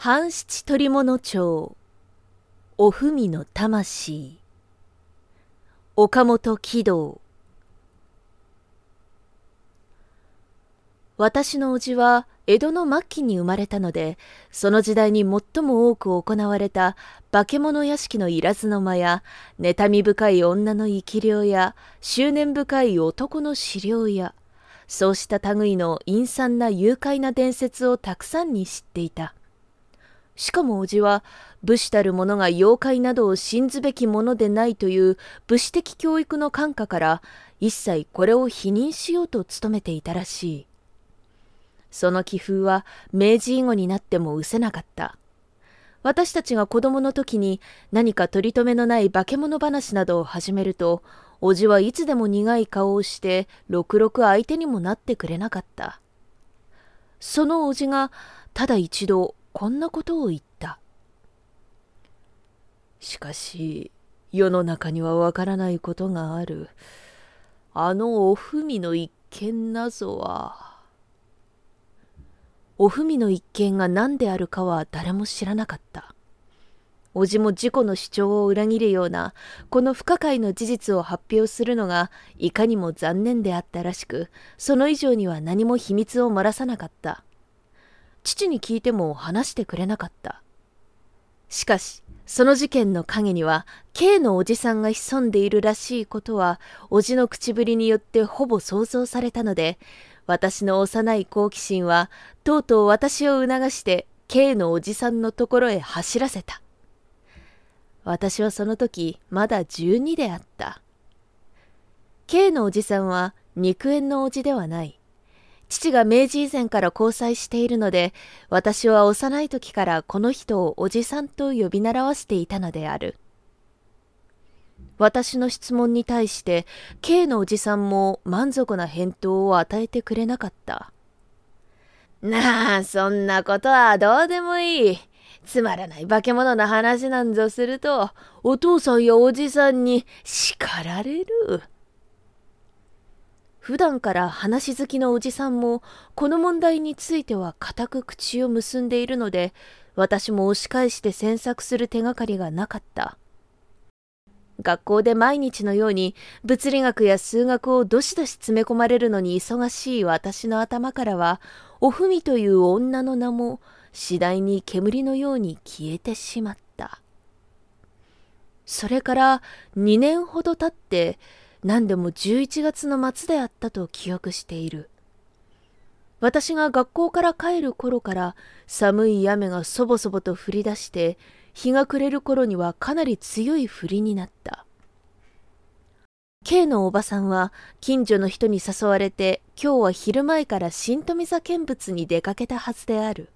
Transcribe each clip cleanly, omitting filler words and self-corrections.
半七捕物帳おふみの魂岡本喜道。私の叔父は江戸の末期に生まれたので、その時代に最も多く行われた化け物屋敷のいらずの間や、妬み深い女の生き量や、執念深い男の死量や、そうした類の陰惨な誘拐な伝説をたくさんに知っていた。しかも叔父は、武士たる者が妖怪などを信ずべきものでないという武士的教育の感化から、一切これを否認しようと努めていたらしい。その気風は明治以後になっても失せなかった。私たちが子供の時に何か取り留めのない化け物話などを始めると、叔父はいつでも苦い顔をしてろくろく相手にもなってくれなかった。その叔父がただ一度こんなことを言った。しかし世の中にはわからないことがある。あのおふみの一件なぞは。おふみの一件が何であるかは誰も知らなかった。叔父も自己の主張を裏切るようなこの不可解の事実を発表するのがいかにも残念であったらしく、その以上には何も秘密を漏らさなかった。父に聞いても話してくれなかった。しかしその事件の陰には K のおじさんが潜んでいるらしいことは叔父の口ぶりによってほぼ想像されたので、私の幼い好奇心はとうとう私を促して K のおじさんのところへ走らせた。私はその時まだ12であった。K のおじさんは肉縁のおじではない。父が明治以前から交際しているので、私は幼い時からこの人をおじさんと呼び習わせていたのである。私の質問に対して K のおじさんも満足な返答を与えてくれなかった。なあ、そんなことはどうでもいい。つまらない化け物の話なんぞすると、お父さんやおじさんに叱られる。普段から話好きのおじさんもこの問題については固く口を結んでいるので、私も押し返して詮索する手がかりがなかった。学校で毎日のように物理学や数学をどしどし詰め込まれるのに忙しい私の頭からは、おふみという女の名も次第に煙のように消えてしまった。それから2年ほど経って、何でも11月の末であったと記憶している。私が学校から帰る頃から寒い雨がそぼそぼと降り出して、日が暮れる頃にはかなり強い降りになった。K のおばさんは近所の人に誘われて、今日は昼前から新富座見物に出かけたはずである。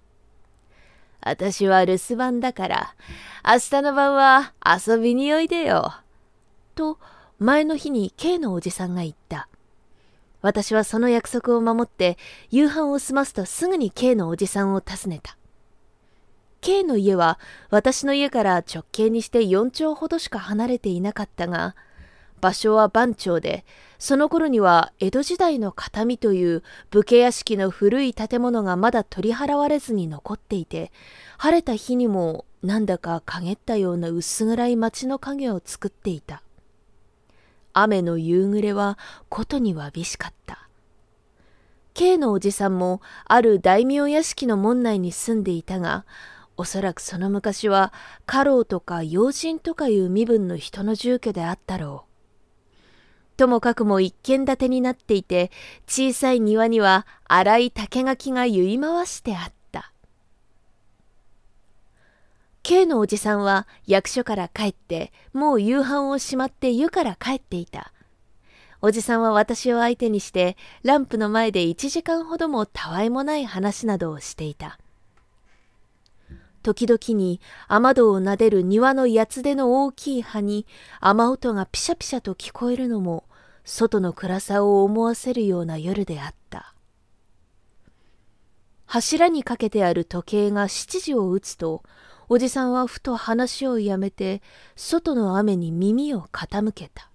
私は留守番だから、明日の晩は遊びにおいでよ。と、前の日に K のおじさんが言った。私はその約束を守って、夕飯を済ますとすぐに K のおじさんを訪ねた。K の家は私の家から直径にして4丁ほどしか離れていなかったが、場所は番町で、その頃には江戸時代の形見という武家屋敷の古い建物がまだ取り払われずに残っていて、晴れた日にもなんだか陰ったような薄暗い町の影を作っていた。雨の夕暮れはことにわびしかった。K のおじさんもある大名屋敷の門内に住んでいたが、おそらくその昔は家老とか要人とかいう身分の人の住居であったろう。ともかくも一軒建てになっていて、小さい庭には粗い竹垣が結い回してあった。K のおじさんは役所から帰って、もう夕飯をしまって湯から帰っていた。おじさんは私を相手にして、ランプの前で1時間ほどもたわいもない話などをしていた。時々に雨戸をなでる庭の八つ手の大きい葉に雨音がピシャピシャと聞こえるのも外の暗さを思わせるような夜であった。柱にかけてある時計が7時を打つと、おじさんはふと話をやめて外の雨に耳を傾けた。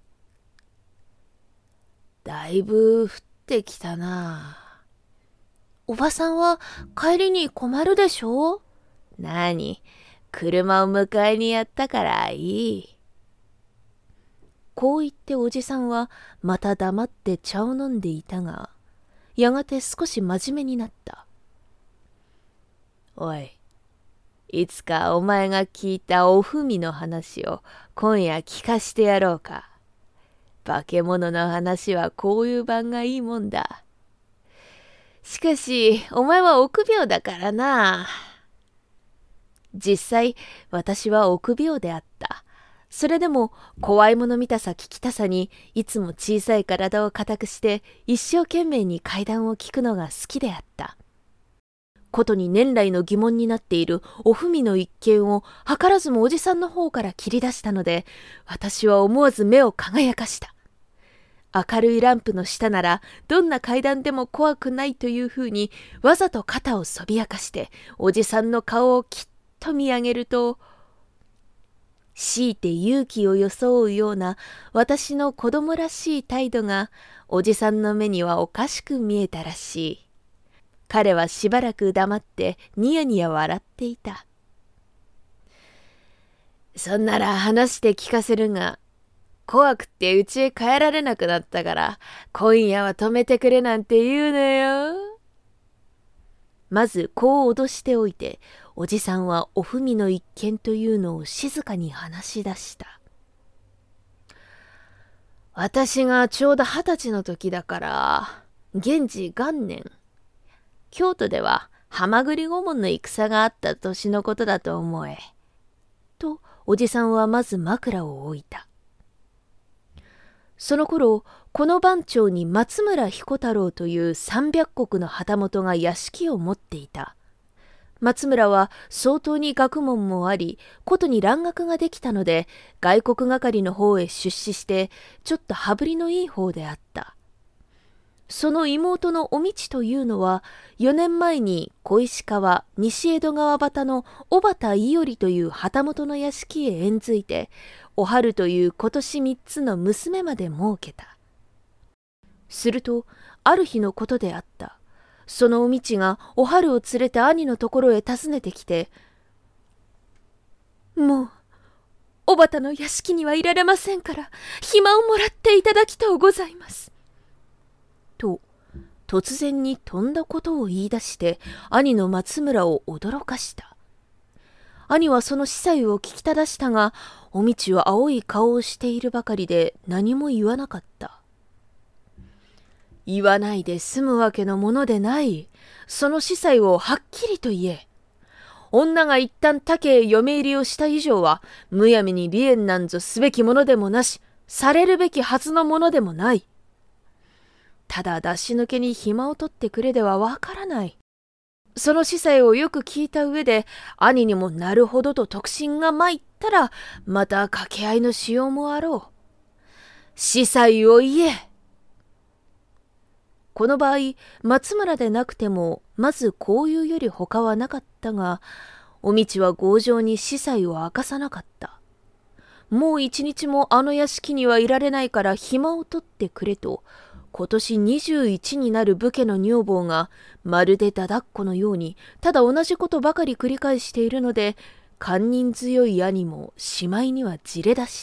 だいぶ降ってきたな。おばさんは帰りに困るでしょう？ なに、車を迎えにやったからいい。こう言っておじさんはまた黙って茶を飲んでいたが、やがて少し真面目になった。おい、いつかお前が聞いたおふみの話を今夜聞かしてやろうか。化け物の話はこういう番がいいもんだ。しかしお前は臆病だからな。実際私は臆病であった。それでも怖いもの見たさ聞きたさにいつも小さい体を固くして一生懸命に怪談を聞くのが好きであった。ことに年来の疑問になっているおふみの一件を図らずもおじさんの方から切り出したので、私は思わず目を輝かした。明るいランプの下ならどんな怪談でも怖くないというふうにわざと肩をそびやかしておじさんの顔をきっと見上げると、強いて勇気を装うような私の子供らしい態度がおじさんの目にはおかしく見えたらしい。彼はしばらく黙ってニヤニヤ笑っていた。そんなら話して聞かせるが、怖くって家へ帰られなくなったから今夜は泊めてくれなんて言うのよ。まずこう脅しておいて、おじさんはおふみの一件というのを静かに話し出した。私がちょうど20歳の時だから、元治元年、京都では蛤御門の戦があった年のことだと思え。とおじさんはまず枕を置いた。その頃、この番町に松村彦太郎という300石の旗本が屋敷を持っていた。松村は相当に学問もあり、ことに蘭学ができたので、外国係の方へ出資して、ちょっと羽振りのいい方であった。その妹のおみちというのは、4年前に小石川西江戸川端の小畑伊織という旗本の屋敷へ縁づいて、お春という今年3つの娘まで設けた。すると、ある日のことであった。そのおみちがお春を連れて兄のところへ訪ねてきて、もう、小畑の屋敷にはいられませんから、暇をもらっていただきとうございます。と突然にとんだことを言い出して兄の松村を驚かした。兄はその司祭を聞きただしたが、おみちは青い顔をしているばかりで何も言わなかった。言わないで済むわけのものでない。その司祭をはっきりと言え。女が一旦他家へ嫁入りをした以上は、むやみに離縁なんぞすべきものでもなし、されるべきはずのものでもない。ただ出し抜けに暇を取ってくれではわからない。その司祭をよく聞いた上で、兄にもなるほどと特進が参ったら、また掛け合いのしようもあろう。司祭を言え。この場合、松村でなくても、まずこういうより他はなかったが、おみちは強情に司祭を明かさなかった。もう一日もあの屋敷にはいられないから暇を取ってくれと、今年21になる武家の女房がまるでだだっこのようにただ同じことばかり繰り返しているので、堪忍強い兄もしまいにはじれ出した。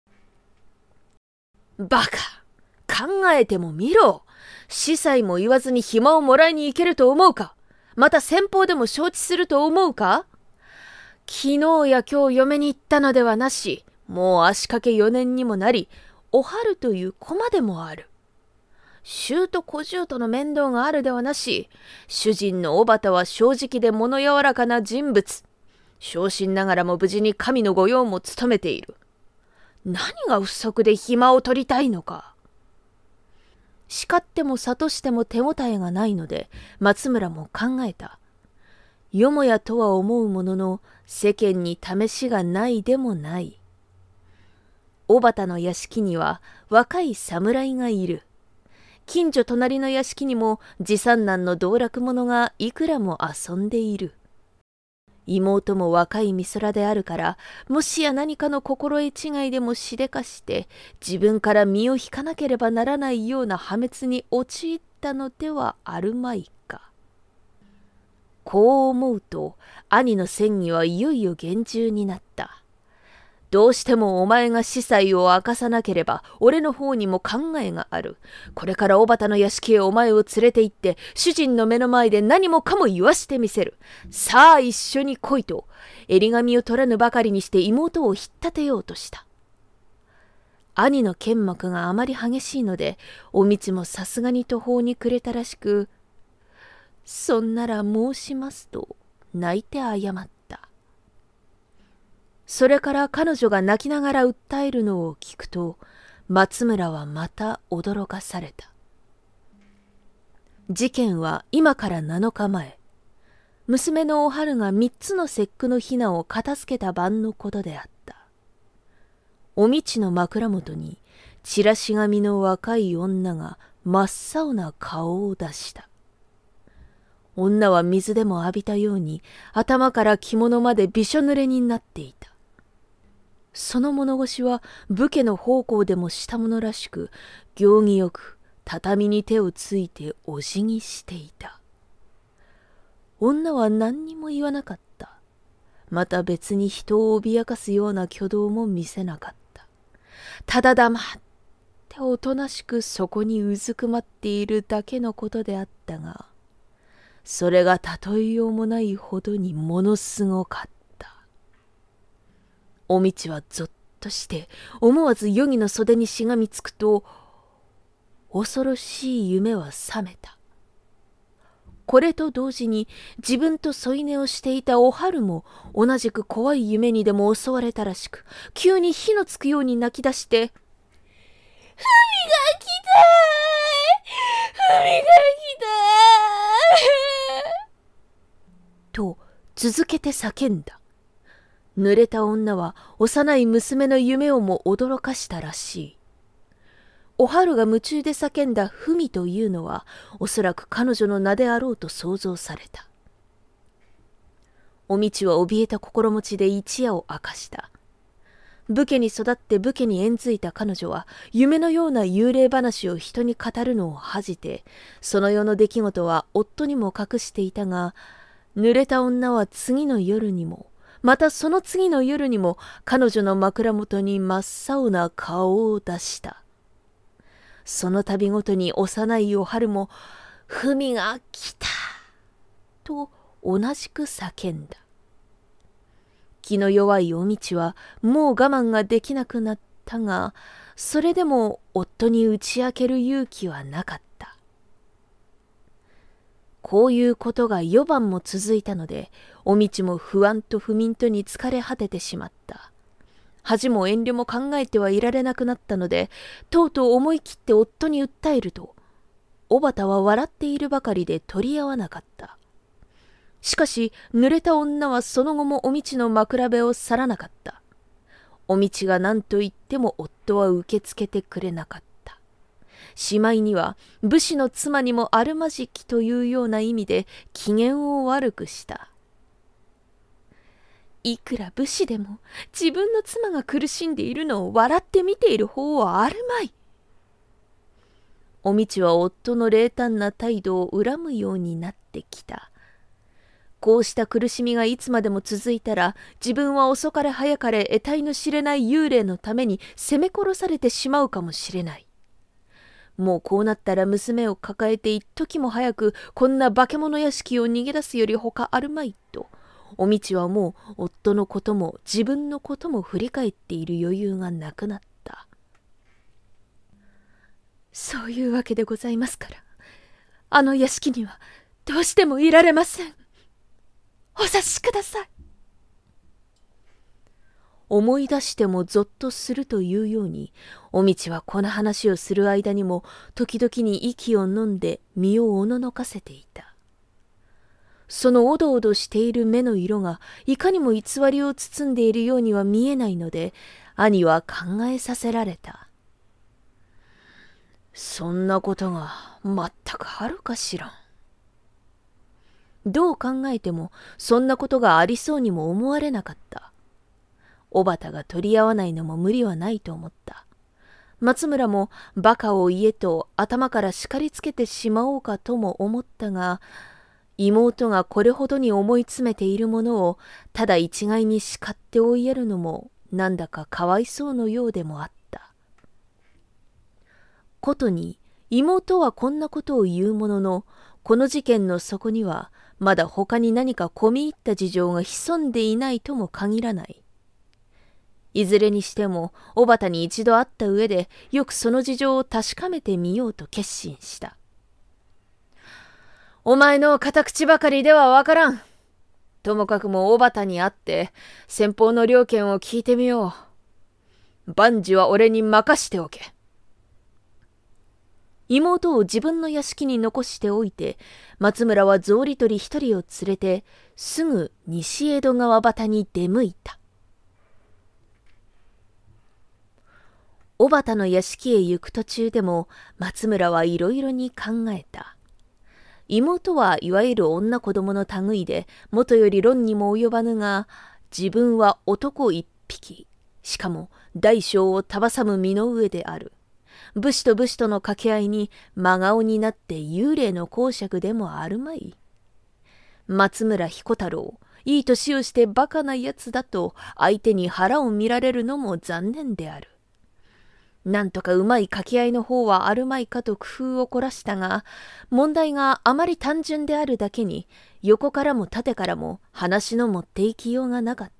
バカ、考えてもみろ。司祭も言わずに暇をもらいに行けると思うか。また先方でも承知すると思うか。昨日や今日嫁に行ったのではなし、もう足掛け4年にもなり、お春という駒でもある。舅小舅との面倒があるではなし、主人の小畑は正直で物柔らかな人物。小心ながらも無事に神の御用も務めている。何が不足で暇を取りたいのか。叱っても諭しても手応えがないので、松村も考えた。よもやとは思うものの、世間に試しがないでもない。小畑の屋敷には若い侍がいる。近所隣の屋敷にも次三男の道楽者がいくらも遊んでいる。妹も若い美空であるから、もしや何かの心得違いでもしでかして自分から身を引かなければならないような破滅に陥ったのではあるまいか。 こう思うと、兄の戦議はいよいよ厳重になった。どうしてもお前が司祭を明かさなければ、俺の方にも考えがある。これから小畑の屋敷へお前を連れて行って、主人の目の前で何もかも言わしてみせる。さあ一緒に来いと、襟髪を取らぬばかりにして妹を引っ立てようとした。兄の剣幕があまり激しいので、おみちもさすがに途方に暮れたらしく、そんなら申しますと、泣いて謝った。それから彼女が泣きながら訴えるのを聞くと、松村はまた驚かされた。事件は今から7日前、娘のお春が3つの節句のひなを片付けた晩のことであった。おみちの枕元に、チラシ髪の若い女が真っ青な顔を出した。女は水でも浴びたように、頭から着物までびしょ濡れになっていた。その物腰は武家の奉公でもしたものらしく、行儀よく畳に手をついてお辞儀していた。女は何にも言わなかった。また別に人を脅かすような挙動も見せなかった。ただ黙っておとなしくそこにうずくまっているだけのことであったが、それが例えようもないほどにものすごかった。おみちはぞっとして思わず夜着の袖にしがみつくと、恐ろしい夢は覚めた。これと同時に自分と添い寝をしていたお春も同じく怖い夢にでも襲われたらしく、急に火のつくように泣き出して、「文が来たー！文が来たー！」と続けて叫んだ。濡れた女は幼い娘の夢をも驚かしたらしい。お春が夢中で叫んだ文というのは、おそらく彼女の名であろうと想像された。おみちは怯えた心持ちで一夜を明かした。武家に育って武家に縁づいた彼女は、夢のような幽霊話を人に語るのを恥じて、その世の出来事は夫にも隠していたが、濡れた女は次の夜にも、またその次の夜にも彼女の枕元に真っ青な顔を出した。その度ごとに幼いお春も、文が来たと同じく叫んだ。気の弱いおみちはもう我慢ができなくなったが、それでも夫に打ち明ける勇気はなかった。こういうことが夜晩も続いたので、おみちも不安と不眠とに疲れ果ててしまった。恥も遠慮も考えてはいられなくなったので、とうとう思い切って夫に訴えると、小畑は笑っているばかりで取り合わなかった。しかし濡れた女はその後もおみちの枕辺を去らなかった。おみちが何と言っても夫は受け付けてくれなかった。しまいには武士の妻にもあるまじきというような意味で機嫌を悪くした。いくら武士でも自分の妻が苦しんでいるのを笑って見ている方はあるまい。おみちは夫の冷淡な態度を恨むようになってきた。こうした苦しみがいつまでも続いたら、自分は遅かれ早かれ得体の知れない幽霊のために責め殺されてしまうかもしれない。もうこうなったら娘を抱えて一時も早くこんな化け物屋敷を逃げ出すより他あるまいと、おみちはもう夫のことも自分のことも振り返っている余裕がなくなった。そういうわけでございますから、あの屋敷にはどうしてもいられません。お察しください。思い出してもぞっとするというように、おみちはこの話をする間にも時々に息を飲んで身をおののかせていた。そのおどおどしている目の色がいかにも偽りを包んでいるようには見えないので、兄は考えさせられた。そんなことが全くあるかしらん。どう考えてもそんなことがありそうにも思われなかった。小畑が取り合わないのも無理はないと思った。松村もバカを言えと頭から叱りつけてしまおうかとも思ったが、 妹がこれほどに思い詰めているものをただ一概に叱って追いやるのもなんだかかわいそうのようでもあった。ことに妹はこんなことを言うものの、この事件の底にはまだ他に何か込み入った事情が潜んでいないとも限らない。いずれにしても小畑に一度会った上でよくその事情を確かめてみようと決心した。お前の堅口ばかりではわからん。ともかくも小畑に会って先方の了見を聞いてみよう。万事は俺に任しておけ。妹を自分の屋敷に残しておいて、松村は草履取り一人を連れてすぐ西江戸川端に出向いた。小畑の屋敷へ行く途中でも松村はいろいろに考えた。妹はいわゆる女子供の類でもとより論にも及ばぬが、自分は男一匹、しかも大小を束さむ身の上である。武士と武士との掛け合いに真顔になって幽霊の講釈でもあるまい。松村彦太郎、いい年をしてバカなやつだと相手に腹を見られるのも残念である。なんとかうまい掛け合いの方はあるまいかと工夫を凝らしたが、問題があまり単純であるだけに、横からも縦からも話の持っていきようがなかった。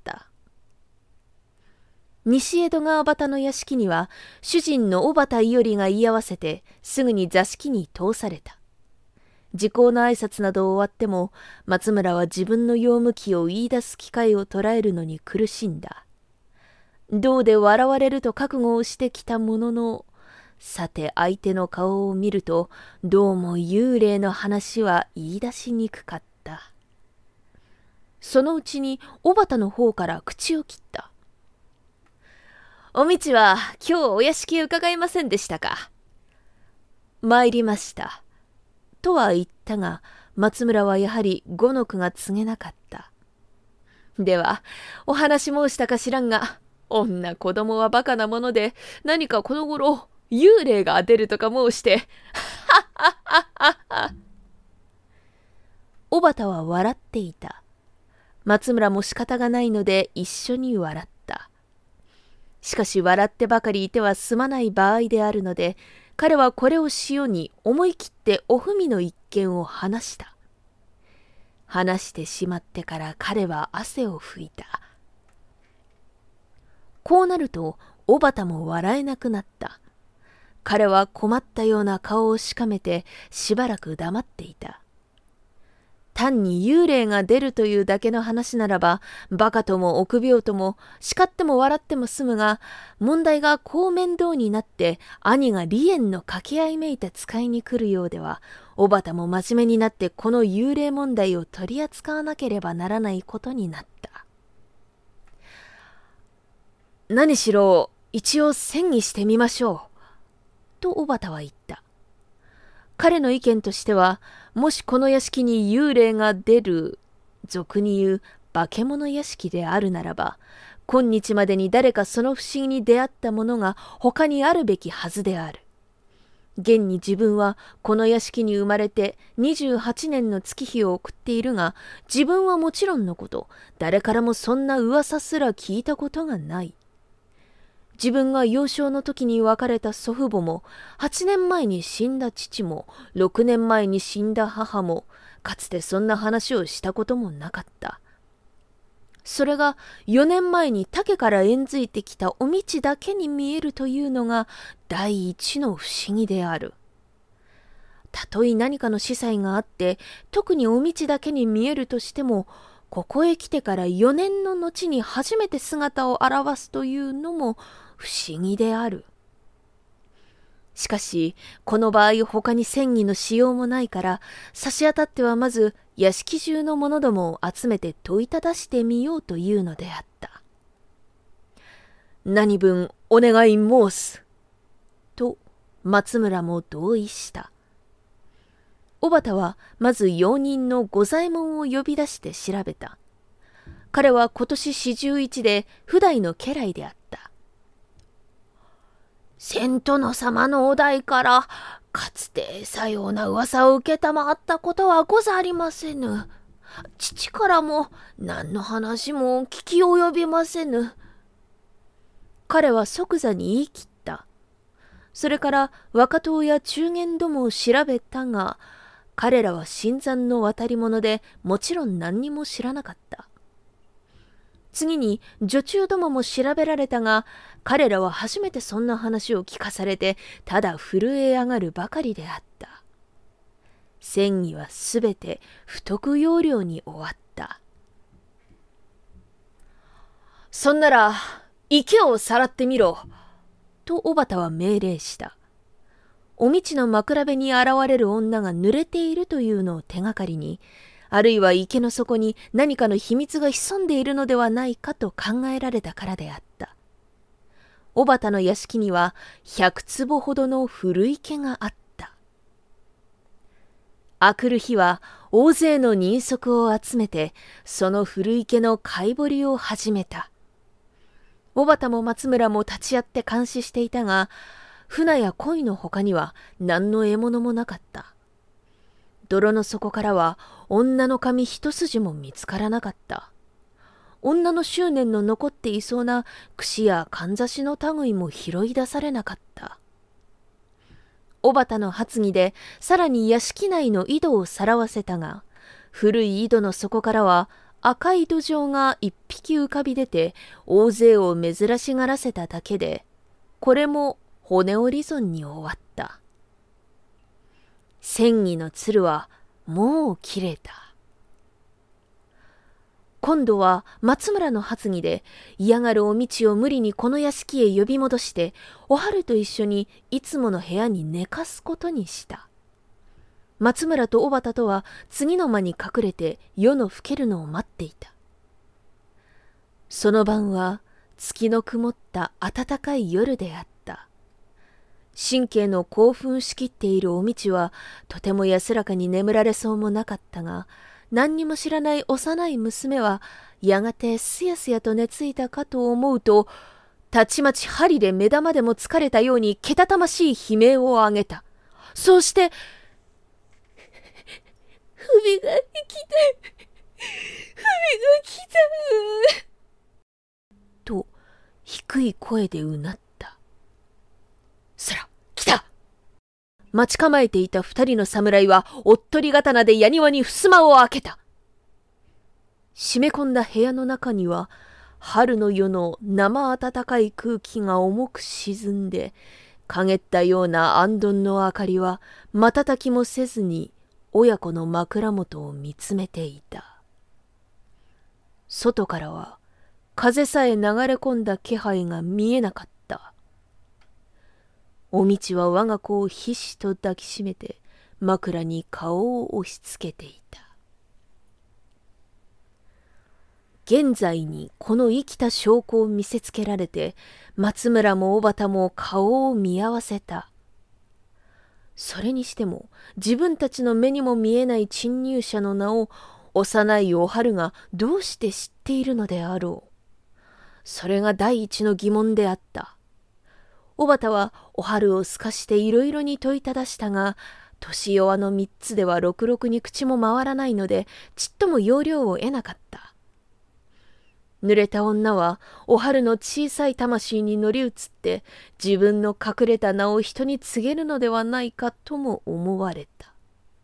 西江戸川端の屋敷には、主人の小畑伊織が言い合わせて、すぐに座敷に通された。時効の挨拶など終わっても、松村は自分の用務期を言い出す機会を捉えるのに苦しんだ。どうで笑われると覚悟をしてきたものの、さて相手の顔を見ると、どうも幽霊の話は言い出しにくかった。そのうちに小畑の方から口を切った。おみちは今日お屋敷へ伺いませんでしたか。参りました。とは言ったが、松村はやはり五の句が告げなかった。では、お話申したか知らんが、女子供はバカなもので、何かこの頃幽霊が出るとか申して、はっはっはっはっは。小畑は笑っていた。松村も仕方がないので一緒に笑った。しかし笑ってばかりいては済まない場合であるので、彼はこれをしように思い切っておふみの一件を話した。話してしまってから彼は汗を拭いた。こうなると小畑も笑えなくなった。彼は困ったような顔をしかめてしばらく黙っていた。単に幽霊が出るというだけの話ならば、バカとも臆病とも叱っても笑っても済むが、問題がこう面倒になって兄が離縁の掛け合いめいた使いに来るようでは、小畑も真面目になってこの幽霊問題を取り扱わなければならないことになった。何しろ一応詮議してみましょう。と小畑は言った。彼の意見としては、もしこの屋敷に幽霊が出る、俗に言う化け物屋敷であるならば、今日までに誰かその不思議に出会ったものが他にあるべきはずである。現に自分はこの屋敷に生まれて28年の月日を送っているが、自分はもちろんのこと、誰からもそんな噂すら聞いたことがない。自分が幼少の時に別れた祖父母も、8年前に死んだ父も、6年前に死んだ母も、かつてそんな話をしたこともなかった。それが4年前に竹から縁づいてきたお道だけに見えるというのが第一の不思議である。たとえ何かの司祭があって、特にお道だけに見えるとしても、ここへ来てから4年の後に初めて姿を現すというのも不思議である。しかしこの場合他に詮議のしようもないから、差し当たってはまず屋敷中の者どもを集めて問いただしてみようというのであった。何分お願い申す。と松村も同意した。小畑はまず用人の御左衛門を呼び出して調べた。彼は今年41で普代の家来であった。千殿様のお代からかつてさような噂を承ったことはござりませぬ。父からも何の話も聞き及びませぬ。彼は即座に言い切った。それから若党や中間どもを調べたが、彼らは新参の渡り者でもちろん何にも知らなかった。次に女中どもも調べられたが、彼らは初めてそんな話を聞かされて、ただ震え上がるばかりであった。詮議はすべて不得要領に終わった。そんなら池をさらってみろ、と小畑は命令した。お道の枕辺に現れる女が濡れているというのを手がかりに、あるいは池の底に何かの秘密が潜んでいるのではないかと考えられたからであった。小畑の屋敷には100坪ほどの古池があった。あくる日は大勢の人足を集めて、その古池の貝掘りを始めた。小畑も松村も立ち会って監視していたが、船や鯉の他には何の獲物もなかった。泥の底からは女の髪一筋も見つからなかった。女の執念の残っていそうな櫛やかんざしの類も拾い出されなかった。小畑の発議でさらに屋敷内の井戸をさらわせたが、古い井戸の底からは赤い土壌が一匹浮かび出て大勢を珍しがらせただけで、これも骨折り損に終わった。詮議の鶴はもう切れた。今度は松村の発議で嫌がるお道を無理にこの屋敷へ呼び戻して、お春と一緒にいつもの部屋に寝かすことにした。松村と小畑とは次の間に隠れて夜の更けるのを待っていた。その晩は月の曇った暖かい夜であった。神経の興奮しきっているお道はとても安らかに眠られそうもなかったが、何にも知らない幼い娘はやがてすやすやと寝ついたかと思うと、たちまち針で目玉でも疲れたようにけたたましい悲鳴を上げた。そうして文が来た、文が来たと低い声でうなった。そら、来た。待ち構えていた二人の侍はおっとり刀で矢庭に襖を開けた。締め込んだ部屋の中には春の夜の生暖かい空気が重く沈んで、陰ったようなあんどんの明かりは瞬きもせずに親子の枕元を見つめていた。外からは風さえ流れ込んだ気配が見えなかった。お道は我が子をひしと抱きしめて枕に顔を押し付けていた。現在にこの生きた証拠を見せつけられて、松村も小畑も顔を見合わせた。それにしても自分たちの目にも見えない侵入者の名を幼いお春がどうして知っているのであろう。それが第一の疑問であった。小畑はお春をすかしていろいろに問いただしたが、年弱の3つではろくろくに口も回らないので、ちっとも要領を得なかった。濡れた女はお春の小さい魂に乗り移って自分の隠れた名を人に告げるのではないかとも思われた。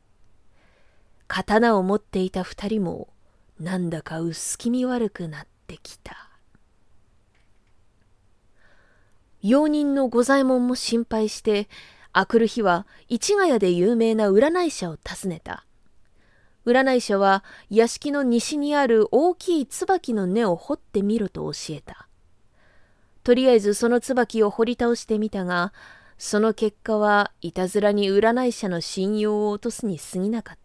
刀を持っていた二人もなんだか薄気味悪くなってきた。用人の御左衛門も心配して、あくる日は市ヶ谷で有名な占い社を訪ねた。占い社は屋敷の西にある大きい椿の根を掘ってみろと教えた。とりあえずその椿を掘り倒してみたが、その結果はいたずらに占い社の信用を落とすに過ぎなかった。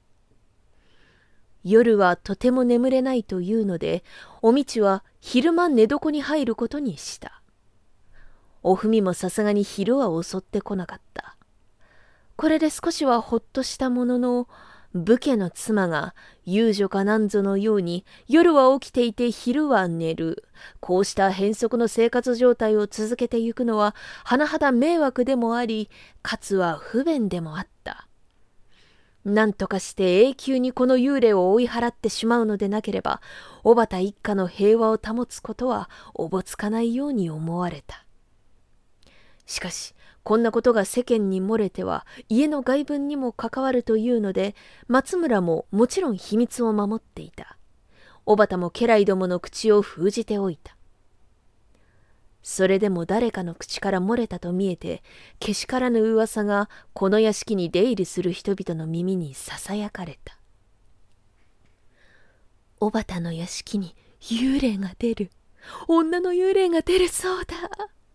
夜はとても眠れないというので、お道は昼間寝床に入ることにした。おふみもさすがに昼は襲ってこなかった。これで少しはほっとしたものの、 武家の妻が遊女かなんぞのように夜は起きていて昼は寝る、こうした変則の生活状態を続けてゆくのは甚だ迷惑でもあり、かつは不便でもあった。なんとかして永久にこの幽霊を追い払ってしまうのでなければ、小畑一家の平和を保つことはおぼつかないように思われた。しかしこんなことが世間に漏れては家の外聞にも関わるというので、松村ももちろん秘密を守っていた。小畑も家来どもの口を封じておいた。それでも誰かの口から漏れたと見えて、けしからぬ噂がこの屋敷に出入りする人々の耳にささやかれた。小畑の屋敷に幽霊が出る。女の幽霊が出るそうだ。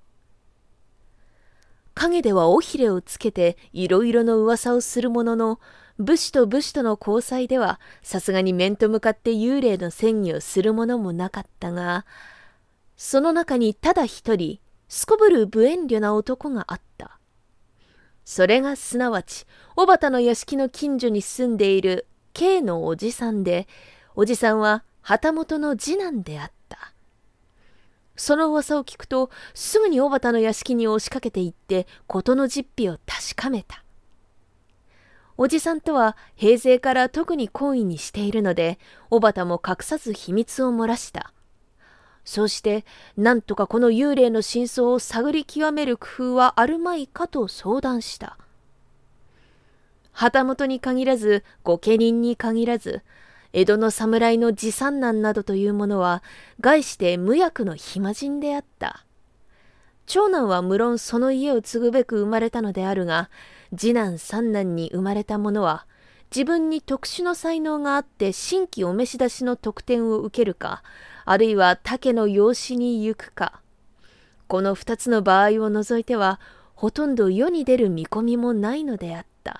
陰では尾ひれをつけていろいろの噂をするものの、武士と武士との交際ではさすがに面と向かって幽霊の詮議をするものもなかったが、その中にただ一人すこぶる無遠慮な男があった。それがすなわち小畑の屋敷の近所に住んでいる K のおじさんで、おじさんは旗本の次男であった。その噂を聞くとすぐに小畑の屋敷に押しかけていって事の実費を確かめた。おじさんとは平生から特に懇意にしているので、小畑も隠さず秘密を漏らした。そうしてなんとかこの幽霊の真相を探り極める工夫はあるまいかと相談した。旗本に限らず御家人に限らず、江戸の侍の次三男などというものは概して無役の暇人であった。長男は無論その家を継ぐべく生まれたのであるが、次男三男に生まれた者は自分に特殊の才能があって新規お召し出しの特典を受けるか、あるいは他家の養子に行くか、この二つの場合を除いてはほとんど世に出る見込みもないのであった。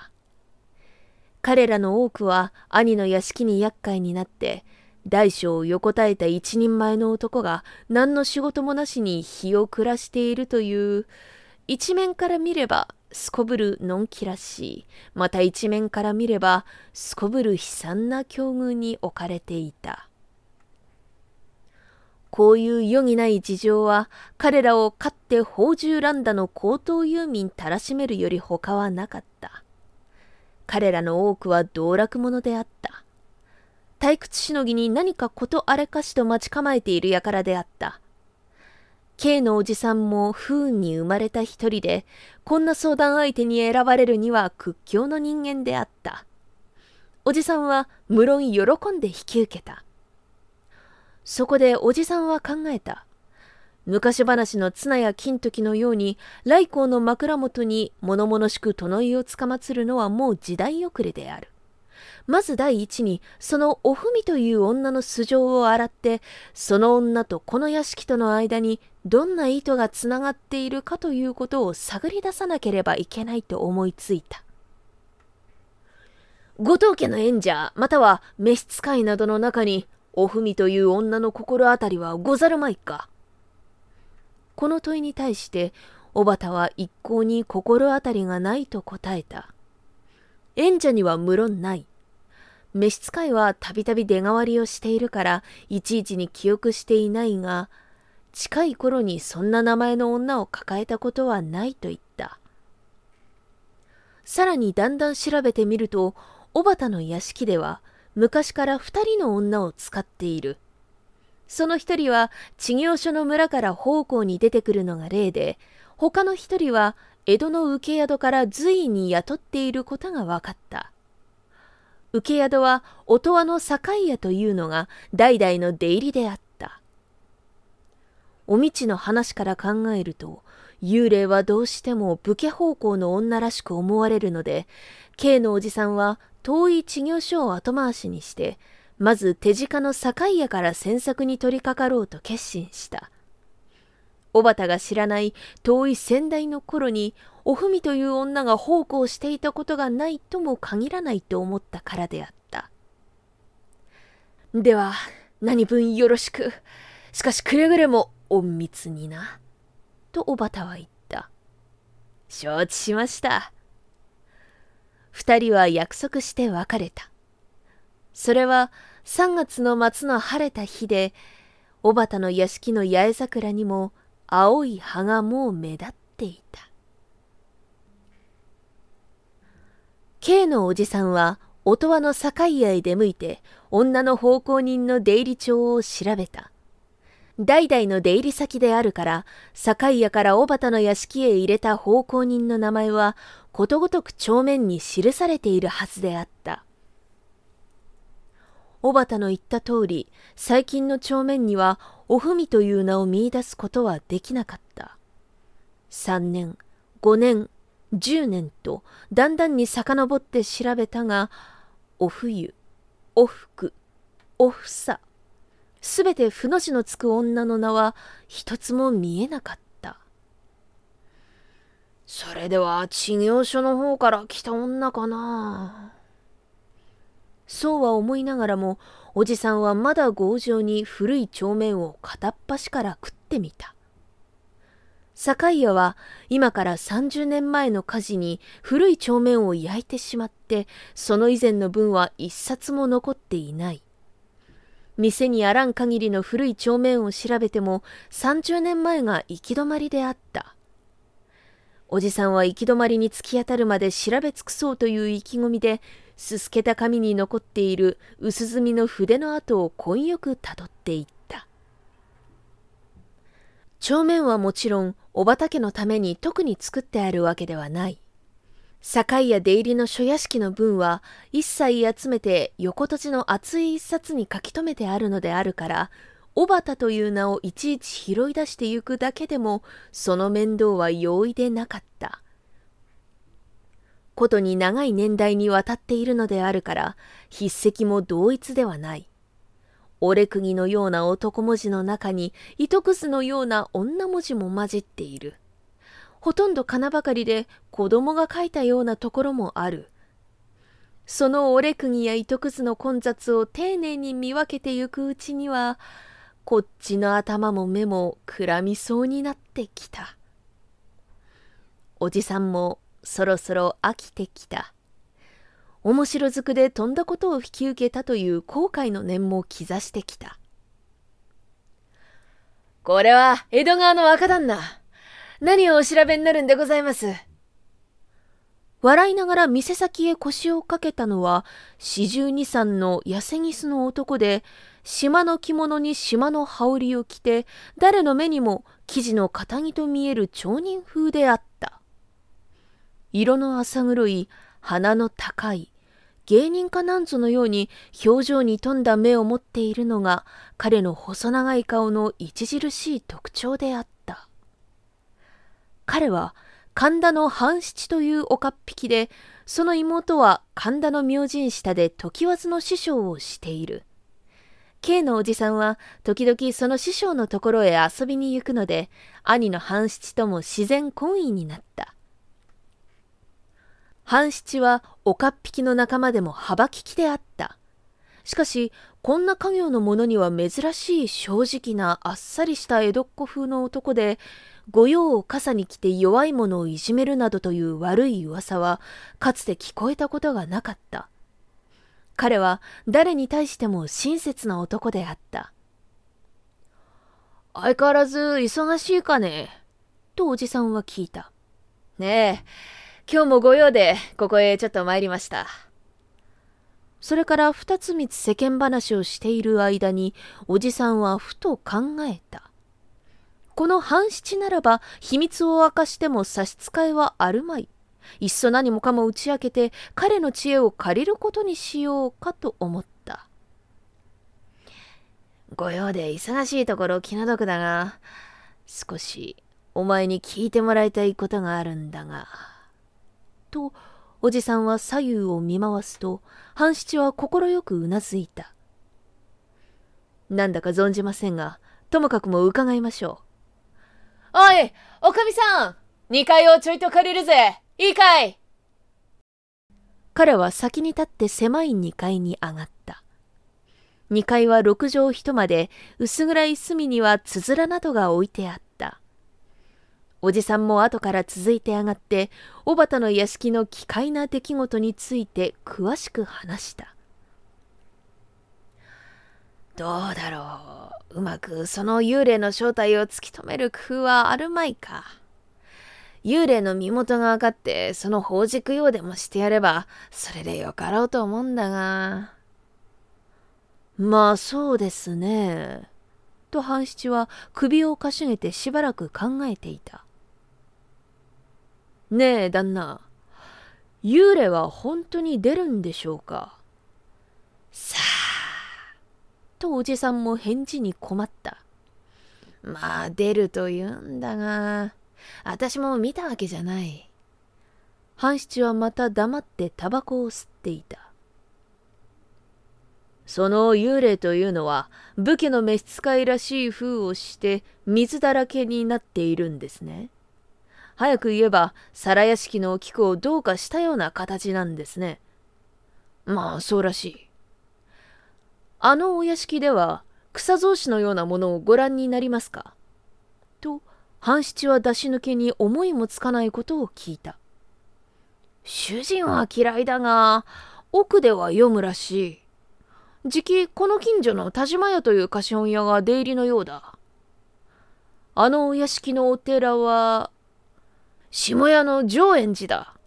彼らの多くは兄の屋敷に厄介になって大小を横たえた一人前の男が何の仕事もなしに日を暮らしているという、一面から見ればすこぶるのんきらしい、また一面から見ればすこぶる悲惨な境遇に置かれていた。こういう余儀ない事情は彼らをかって宝珠乱打の高等遊民たらしめるより他はなかった。彼らの多くは道楽者であった。退屈しのぎに何かことあれかしと待ち構えている輩であった。K のおじさんも不運に生まれた一人で、こんな相談相手に選ばれるには屈強の人間であった。おじさんは無論喜んで引き受けた。そこでおじさんは考えた。昔話の綱や金時のように頼光の枕元に物々しく殿井をつかまつるのはもう時代遅れである。まず第一にそのおふみという女の素性を洗って、その女とこの屋敷との間にどんな意図がつながっているかということを探り出さなければいけないと思いついた。後藤家の縁者または召使いなどの中におふみという女の心当たりはござるまいか。この問いに対して小畑は一向に心当たりがないと答えた。縁者には無論ない。召使いはたびたび出代わりをしているからいちいちに記憶していないが、近い頃にそんな名前の女を抱えたことはないと言った。さらにだんだん調べてみると、小畑の屋敷では昔から2人の女を使っている。その1人は知行所の村から奉公に出てくるのが例で、他の1人は江戸の請宿から随意に雇っていることが分かった。請宿は音羽の境屋というのが代々の出入りであった。おみちの話から考えると、幽霊はどうしても武家奉公の女らしく思われるので、K のおじさんは遠い知行所を後回しにして、まず手近の境屋から詮索に取り掛かろうと決心した。小畑が知らない遠い先代の頃におふみという女が奉公していたことがないとも限らないと思ったからであった。では何分よろしく、しかしくれぐれも隠密にな、と小畑は言った。承知しました。 二人は約束して別れた。それは3月の末の晴れた日で、小畑の屋敷の八重桜にも青い葉がもう目立っていた。K のおじさんは音羽の境屋へ出向いて女の奉公人の出入り帳を調べた。代々の出入り先であるから、境屋から小畑の屋敷へ入れた奉公人の名前はことごとく帳面に記されているはずであった。小畑の言った通り、最近の帳面にはおふみという名を見出すことはできなかった。3年、5年、10年とだんだんに遡って調べたが、お冬、おふく、おふさ、すべてふの字のつく女の名は一つも見えなかった。それでは知行所の方から来た女かな。そうは思いながらも、おじさんはまだ強情に古い帳面を片っ端から食ってみた。境屋は今から30年前の火事に古い帳面を焼いてしまって、その以前の分は一冊も残っていない。店にあらん限りの古い帳面を調べても30年前が行き止まりであった。おじさんは行き止まりに突き当たるまで調べ尽くそうという意気込みで、すすけた紙に残っている薄墨の筆の跡を混よくたどっていった。帳面はもちろんお畑のために特に作ってあるわけではない。境や出入りの諸屋敷の分は一切集めて横閉じの厚い一冊に書き留めてあるのであるから、小畑という名をいちいち拾い出してゆくだけでもその面倒は容易でなかった。ことに長い年代にわたっているのであるから筆跡も同一ではない。折れ釘のような男文字の中に糸くずのような女文字も混じっている。ほとんどかなばかりで子供が書いたようなところもある。その折れ釘や糸くずの混雑を丁寧に見分けてゆくうちには、こっちの頭も目もくらみそうになってきた。おじさんもそろそろ飽きてきた。面白ずくでとんだことを引き受けたという後悔の念も刻してきた。これは江戸川の若旦那。何をお調べになるんでございます。笑いながら店先へ腰をかけたのは42、3の痩せぎすの男で、島の着物に島の羽織を着て、誰の目にも生地の肩着と見える町人風であった。色の浅黒い、鼻の高い、芸人かなんぞのように表情に富んだ目を持っているのが彼の細長い顔の著しい特徴であった。彼は神田の半七という岡っ引きで、その妹は神田の明神下で常磐の師匠をしている。K のおじさんは時々その師匠のところへ遊びに行くので、兄の半七とも自然懇意になった。半七は岡っ引きの仲間でも幅利きであった。しかしこんな家業の者には珍しい正直なあっさりした江戸っ子風の男で、御用を傘に着て弱い者をいじめるなどという悪い噂はかつて聞こえたことがなかった。彼は誰に対しても親切な男であった。相変わらず忙しいかねとおじさんは聞いた。ねえ、今日も御用でここへちょっと参りました。それから二つ三つ世間話をしている間に、おじさんはふと考えた。この半七ならば秘密を明かしても差し支えはあるまい。いっそ何もかも打ち明けて彼の知恵を借りることにしようかと思った。御用で忙しいところ気の毒だが、少しお前に聞いてもらいたいことがあるんだが。とおじさんは左右を見回すと、半七は快くうなずいた。なんだか存じませんが、ともかくも伺いましょう。おい、おかみさん、2階をちょいと借りるぜ。いいかい。彼は先に立って狭い2階に上がった。2階は6畳一間で、薄暗い隅にはつづらなどが置いてあった。 おじさんも後から続いて上がって、小畑の屋敷の奇怪な出来事について詳しく話した。どうだろう。うまくその幽霊の正体を突き止める工夫はあるまいか。幽霊の身元が分かってその報じ供養でもしてやればそれでよかろうと思うんだが。まあそうですね。と半七は首をかしげてしばらく考えていた。ねえ旦那、幽霊は本当に出るんでしょうか。さあ、とおじさんも返事に困った。まあ出ると言うんだが、私も見たわけじゃない。半七はまた黙ってタバコを吸っていた。その幽霊というのは武家の召使いらしい風をして水だらけになっているんですね。早く言えば皿屋敷のお菊をどうかしたような形なんですね。まあそうらしい。あのお屋敷では草草子のようなものをご覧になりますか。と半七は出し抜けに思いもつかないことを聞いた。主人は嫌いだが奥では読むらしい。じきこの近所の田島屋という貸本屋が出入りのようだ。あのお屋敷のお寺は下屋の上円寺だ。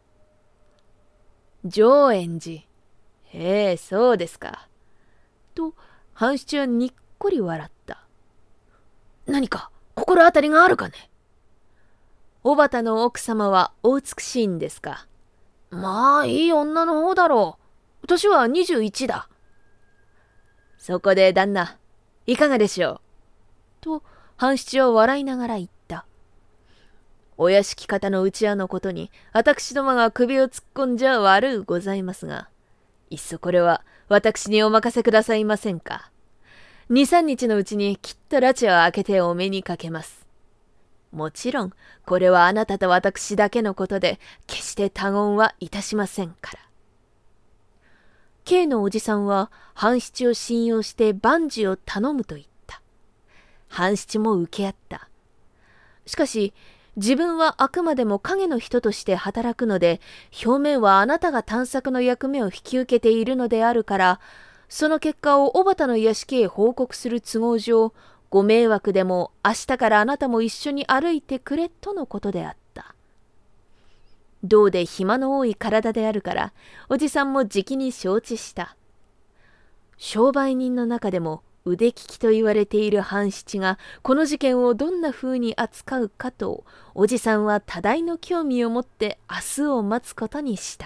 上円寺。へえ、そうですか。と半七はにっこり笑った。何か心当たりがあるかね。小畑の奥様はお美しいんですか。まあいい女の方だろう。年は21だ。そこで旦那、いかがでしょう。と半七は笑いながら言った。お屋敷方のうちわのことに私どもが首を突っ込んじゃ悪うございますが、いっそこれは私にお任せくださいませんか。2、3日のうちにきっと拉致を開けてお目にかけます。もちろんこれはあなたと私だけのことで決して他言はいたしませんから。K のおじさんは半七を信用して万事を頼むと言った。半七も受け合った。しかし自分はあくまでも影の人として働くので、表面はあなたが探索の役目を引き受けているのであるから、その結果を小畑の屋敷へ報告する都合上、ご迷惑でも明日からあなたも一緒に歩いてくれとのことであった。どうで暇の多い体であるから、おじさんもじきに承知した。商売人の中でも腕利きと言われている半七がこの事件をどんな風に扱うかと、おじさんは多大の興味を持って明日を待つことにした。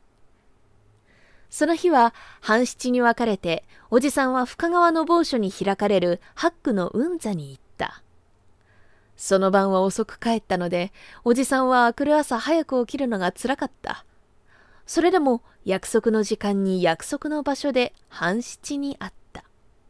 その日は半七に分かれて、おじさんは深川の某所に開かれる八九の運座に行った。その晩は遅く帰ったので、おじさんは明くる朝早く起きるのがつらかった。それでも約束の時間に約束の場所で半七に会った。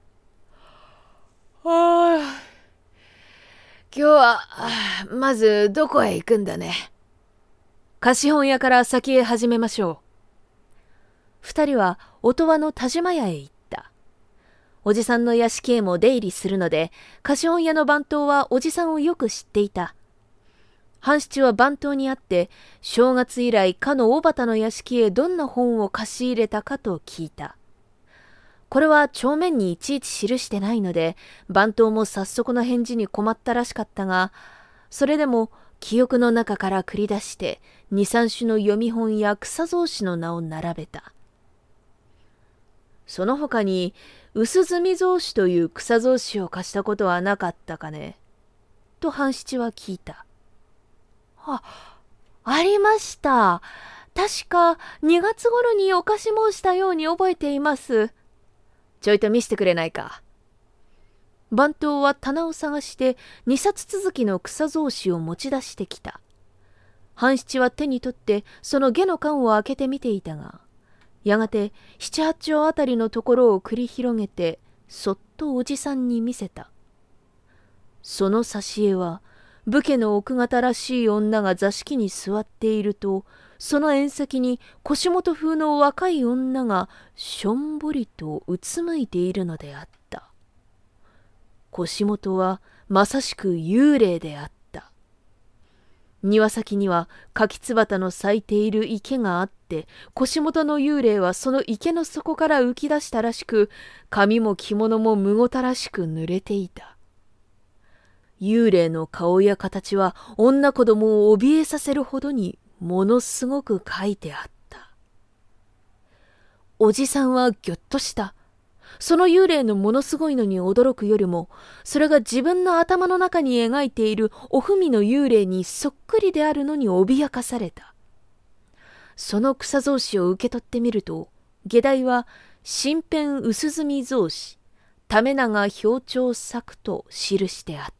今日はまずどこへ行くんだね。貸本屋から先へ始めましょう。二人は音羽の田島屋へ行った。おじさんの屋敷へも出入りするので、貸本屋の番頭はおじさんをよく知っていた。半七は番頭に会って、正月以来かの小畑の屋敷へどんな本を貸し入れたかと聞いた。これは帳面にいちいち記してないので、番頭も早速の返事に困ったらしかったが、それでも記憶の中から繰り出して、2、3種の読み本や草草子の名を並べた。その他に、薄墨草子という草草子を貸したことはなかったかね。と半七は聞いた。ありました。確か2月頃にお貸し申したように覚えています。ちょいと見せてくれないか。番頭は棚を探して2冊続きの草草子を持ち出してきた。半七は手に取ってその下の巻を開けてみていたが、やがて7、8丁あたりのところを繰り広げてそっとおじさんに見せた。その挿絵は武家の奥方らしい女が座敷に座っていると、その縁先に腰元風の若い女がしょんぼりとうつむいているのであった。腰元はまさしく幽霊であった。 庭先には柿つばたの咲いている池があって、腰元の幽霊はその池の底から浮き出したらしく、髪も着物もむごたらしく濡れていた。幽霊の顔や形は女子供を怯えさせるほどにものすごく描いてあった。おじさんはぎょっとした。その幽霊のものすごいのに驚くよりも、それが自分の頭の中に描いているおふみの幽霊にそっくりであるのに脅かされた。その草草子を受け取ってみると、下題は新編薄墨草子、ため長表彫作と記してあった。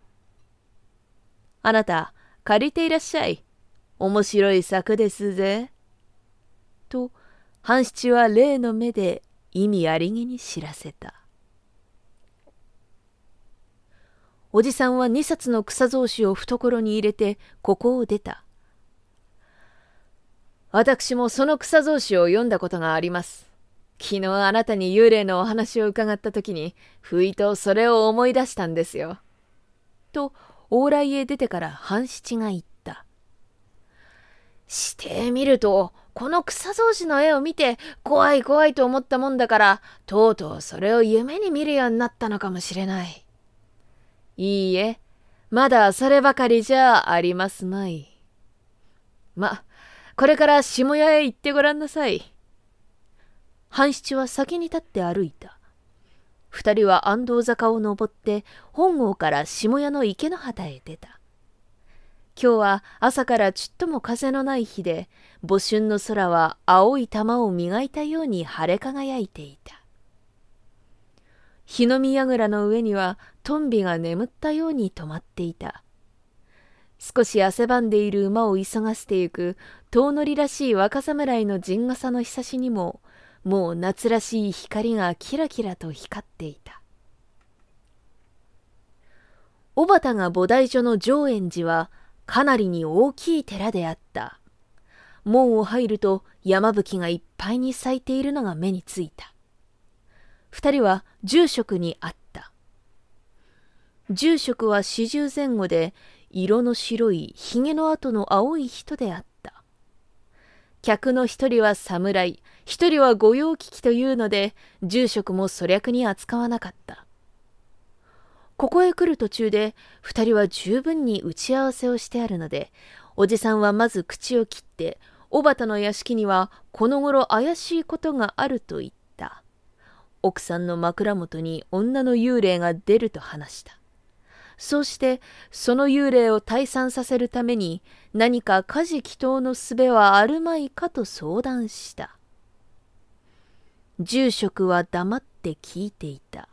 あなた、借りていらっしゃい。面白い作ですぜ。と、半七は例の目で意味ありげに知らせた。おじさんは2冊の草草子を懐に入れてここを出た。私もその草草子を読んだことがあります。昨日あなたに幽霊のお話を伺ったときに、ふいとそれを思い出したんですよ。と、往来へ出てから半七が言った。してみると、この草草子の絵を見て怖い怖いと思ったもんだから、とうとうそれを夢に見るようになったのかもしれない。いいえ、まだそればかりじゃありますまい。これから下屋へ行ってごらんなさい。半七は先に立って歩いた。二人は安藤坂を登って本郷から下屋の池の端へ出た。今日は朝からちっとも風のない日で、暮春の空は青い玉を磨いたように晴れ輝いていた。日の見櫓の上にはトンビが眠ったように止まっていた。少し汗ばんでいる馬を急がせてゆく遠乗りらしい若侍の陣笠のひさしにも、もう夏らしい光がキラキラと光っていた。小畑が菩提所の上円寺はかなりに大きい寺であった。門を入ると山吹がいっぱいに咲いているのが目についた。二人は住職に会った。住職は40前後で、色の白いひげの跡の青い人であった。客の一人は侍、一人は御用聞きというので、住職も粗略に扱わなかった。ここへ来る途中で、二人は十分に打ち合わせをしてあるので、おじさんはまず口を切って、小畑の屋敷にはこの頃怪しいことがあると言った。奥さんの枕元に女の幽霊が出ると話した。そうしてその幽霊を退散させるために何か家事祈祷の術はあるまいかと相談した。住職は黙って聞いていた。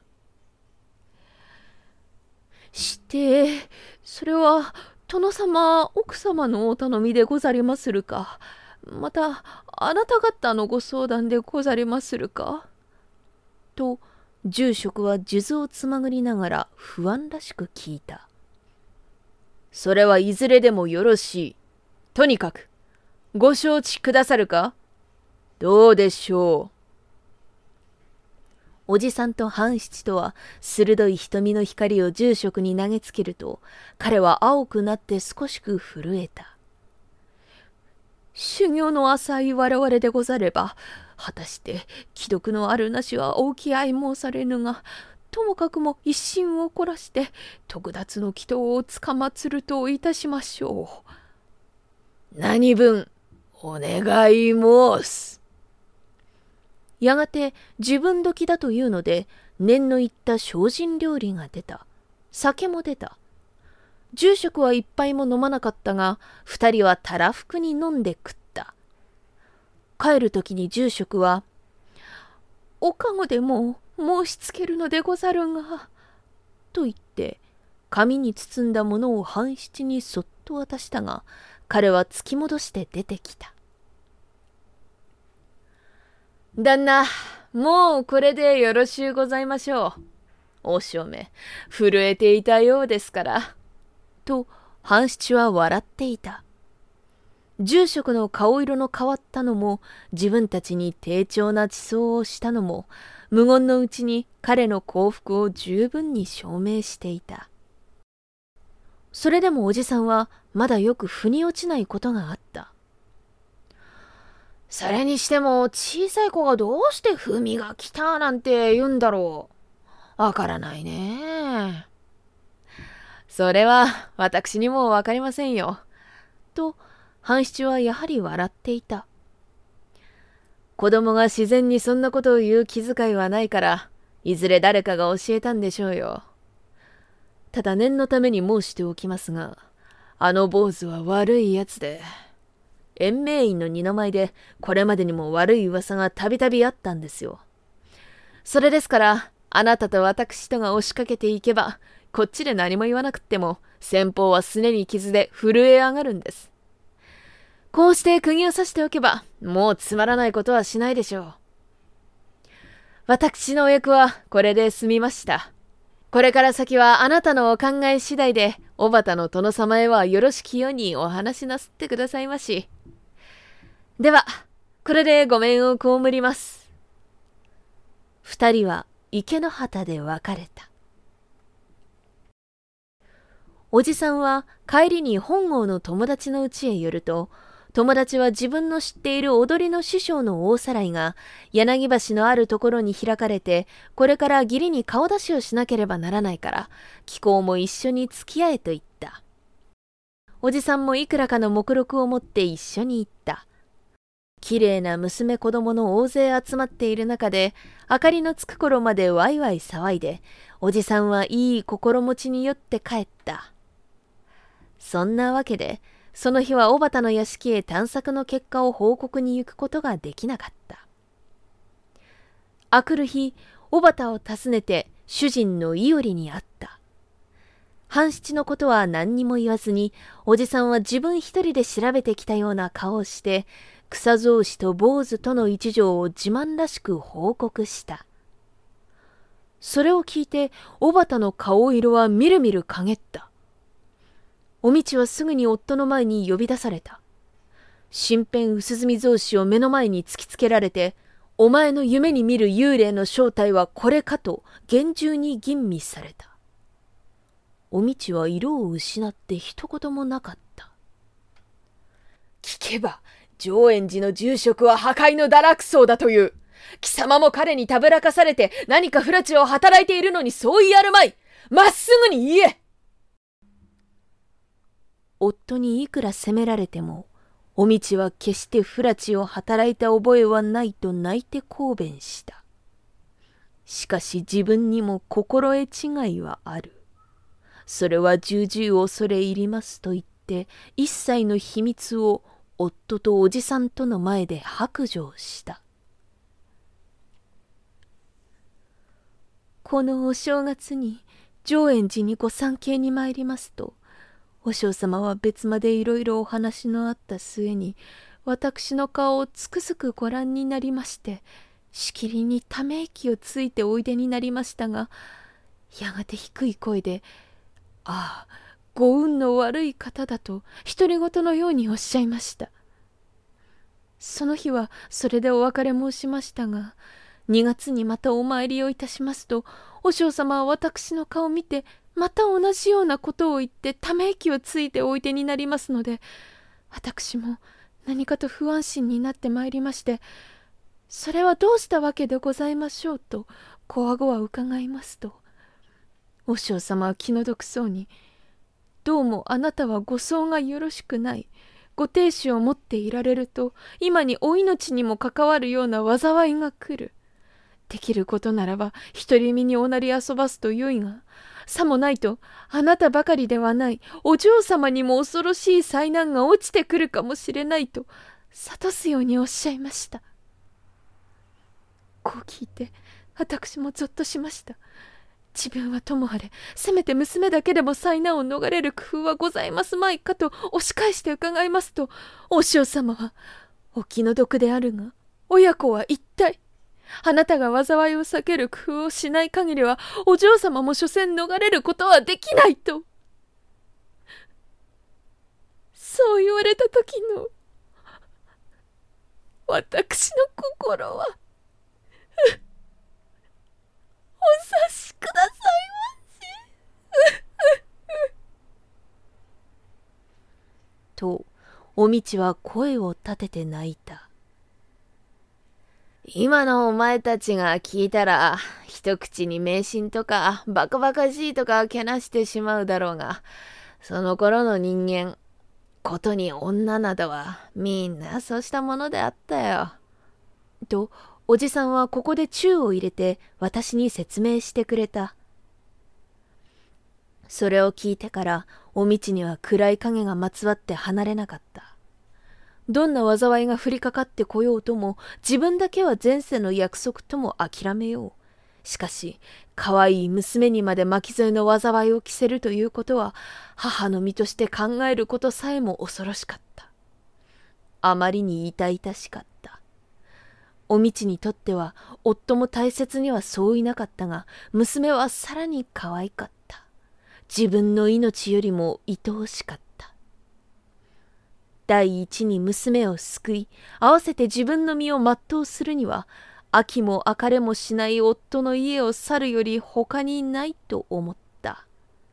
それは殿様奥様のお頼みでござりまするか、またあなた方のご相談でござりまするか。と住職は数珠をつまぐりながら不安らしく聞いた。それはいずれでもよろしい。とにかくご承知くださるか。どうでしょう。おじさんと半七とは鋭い瞳の光を住職に投げつけると、彼は青くなって少しく震えた。修行の浅い我々でござれば、果たして既読のあるなしは大き合い申されぬが、ともかくも一心を凝らして特奪の祈祷をつかまつるといたしましょう。何分お願い申す。やがて自分時だというので、念のいった精進料理が出た。酒も出た。住職は一杯も飲まなかったが、二人はたらふくに飲んで食った。帰るときに住職は、おかごでも申しつけるのでござるが、と言って、紙に包んだものを半七にそっと渡したが、彼は突き戻して出てきた。旦那、もうこれでよろしゅうございましょう。お正面、震えていたようですから。と半七は笑っていた。住職の顔色の変わったのも、自分たちに低調な地層をしたのも、無言のうちに彼の幸福を十分に証明していた。 それでもおじさんはまだよく腑に落ちないことがあった。それにしても小さい子がどうして文が来たなんて言うんだろう。わからないね。それは私にもわかりませんよ。と、半七はやはり笑っていた。子供が自然にそんなことを言う気遣いはないから、いずれ誰かが教えたんでしょうよ。ただ念のために申しておきますが、あの坊主は悪いやつで、延命院の二の舞でこれまでにも悪い噂がたびたびあったんですよ。それですから、あなたと私とが押しかけていけば、こっちで何も言わなくっても、先方はすねに傷で震え上がるんです。こうして釘を刺しておけば、もうつまらないことはしないでしょう。私のお役はこれで済みました。これから先はあなたのお考え次第で、おばたの殿様へはよろしきようにお話しなすってくださいまし。では、これでご免を被ります。二人は池の端で別れた。おじさんは帰りに本郷の友達の家へ寄ると、友達は自分の知っている踊りの師匠の大さらいが柳橋のあるところに開かれて、これから義理に顔出しをしなければならないから、貴公も一緒に付き合えと言った。おじさんもいくらかの目録を持って一緒に行った。きれいな娘子供の大勢集まっている中で、明かりのつく頃までワイワイ騒いで、おじさんはいい心持ちによって帰った。そんなわけで、その日は小畑の屋敷へ探索の結果を報告に行くことができなかった。あくる日、小畑を訪ねて主人の伊織に会った。半七のことは何にも言わずに、おじさんは自分一人で調べてきたような顔をして、草草子と坊主との一条を自慢らしく報告した。それを聞いて、小畑の顔色はみるみる陰った。おみちはすぐに夫の前に呼び出された。身辺薄墨草子を目の前に突きつけられて、お前の夢に見る幽霊の正体はこれかと厳重に吟味された。おみちは色を失って一言もなかった。聞けば、上円寺の住職は破壊の堕落僧だという。貴様も彼にたぶらかされて何か不埒を働いているのにそう言いあるまい。まっすぐに言え。夫にいくら責められても、おみちは決して不埒を働いた覚えはないと泣いて抗弁した。しかし自分にも心得違いはある。それは重々恐れ入りますと言って、一切の秘密を夫とおじさんとの前で白状した。このお正月に上円寺にご参詣に参りますと、和尚様は別までいろいろお話のあった末に、私の顔をつくづくご覧になりまして、しきりにため息をついておいでになりましたが、やがて低い声で、ああ、ご運の悪い方だと独り言のようにおっしゃいました。その日はそれでお別れ申しましたが、2月にまたお参りをいたしますと、和尚様は私の顔を見て、また同じようなことを言ってため息をついておいでになりますので、私も何かと不安心になってまいりまして、それはどうしたわけでございましょうとこわごわ伺いますと、和尚様は気の毒そうに、どうもあなたはご相がよろしくない、ご亭主を持っていられると今にお命にも関わるような災いが来る。できることならば独り身におなり遊ばすとよいが、さもないとあなたばかりではないお嬢様にも恐ろしい災難が落ちてくるかもしれないと諭すようにおっしゃいました。こう聞いて私もぞっとしました。自分はともあれ、せめて娘だけでも災難を逃れる工夫はございますまいかと押し返して伺いますと、お嬢様はお気の毒であるが、親子は一体、あなたが災いを避ける工夫をしない限りはお嬢様も所詮逃れることはできないと、そう言われた時の私の心はお察しくださいまし。 と、おみちは声を立てて泣いた。今のお前たちが聞いたら、一口に迷信とかバカバカしいとかけなしてしまうだろうが、その頃の人間、ことに女などはみんなそうしたものであったよ。と、おじさんはここで宙を入れて私に説明してくれた。それを聞いてから、おみちには暗い影がまつわって離れなかった。どんな災いが降りかかってこようとも、自分だけは前世の約束とも諦めよう。しかし、可愛い娘にまで巻き添えの災いを着せるということは、母の身として考えることさえも恐ろしかった。あまりに痛々しかった。おみちにとっては、夫も大切にはそういなかったが、娘はさらに可愛かった。自分の命よりも愛おしかった。第一に娘を救い、合わせて自分の身を全うするには、飽きも別れもしない夫の家を去るより他にないと思った。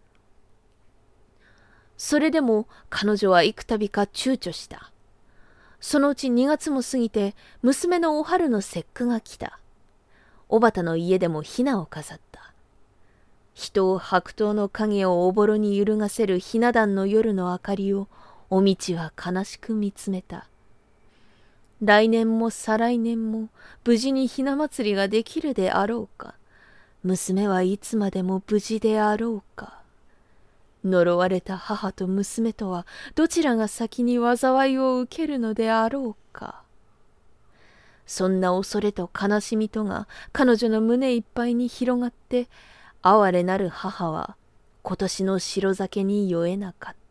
それでも彼女は幾度か躊躇した。そのうち2月も過ぎて、娘のお春の節句が来た。おばたの家でもひなを飾った。人を白桃の影をおぼろに揺るがせるひな壇の夜の明かりを、おみちは悲しく見つめた。来年も再来年も無事にひな祭りができるであろうか。娘はいつまでも無事であろうか。呪われた母と娘とはどちらが先に災いを受けるのであろうか。そんな恐れと悲しみとが彼女の胸いっぱいに広がって、哀れなる母は今年の白酒に酔えなかった。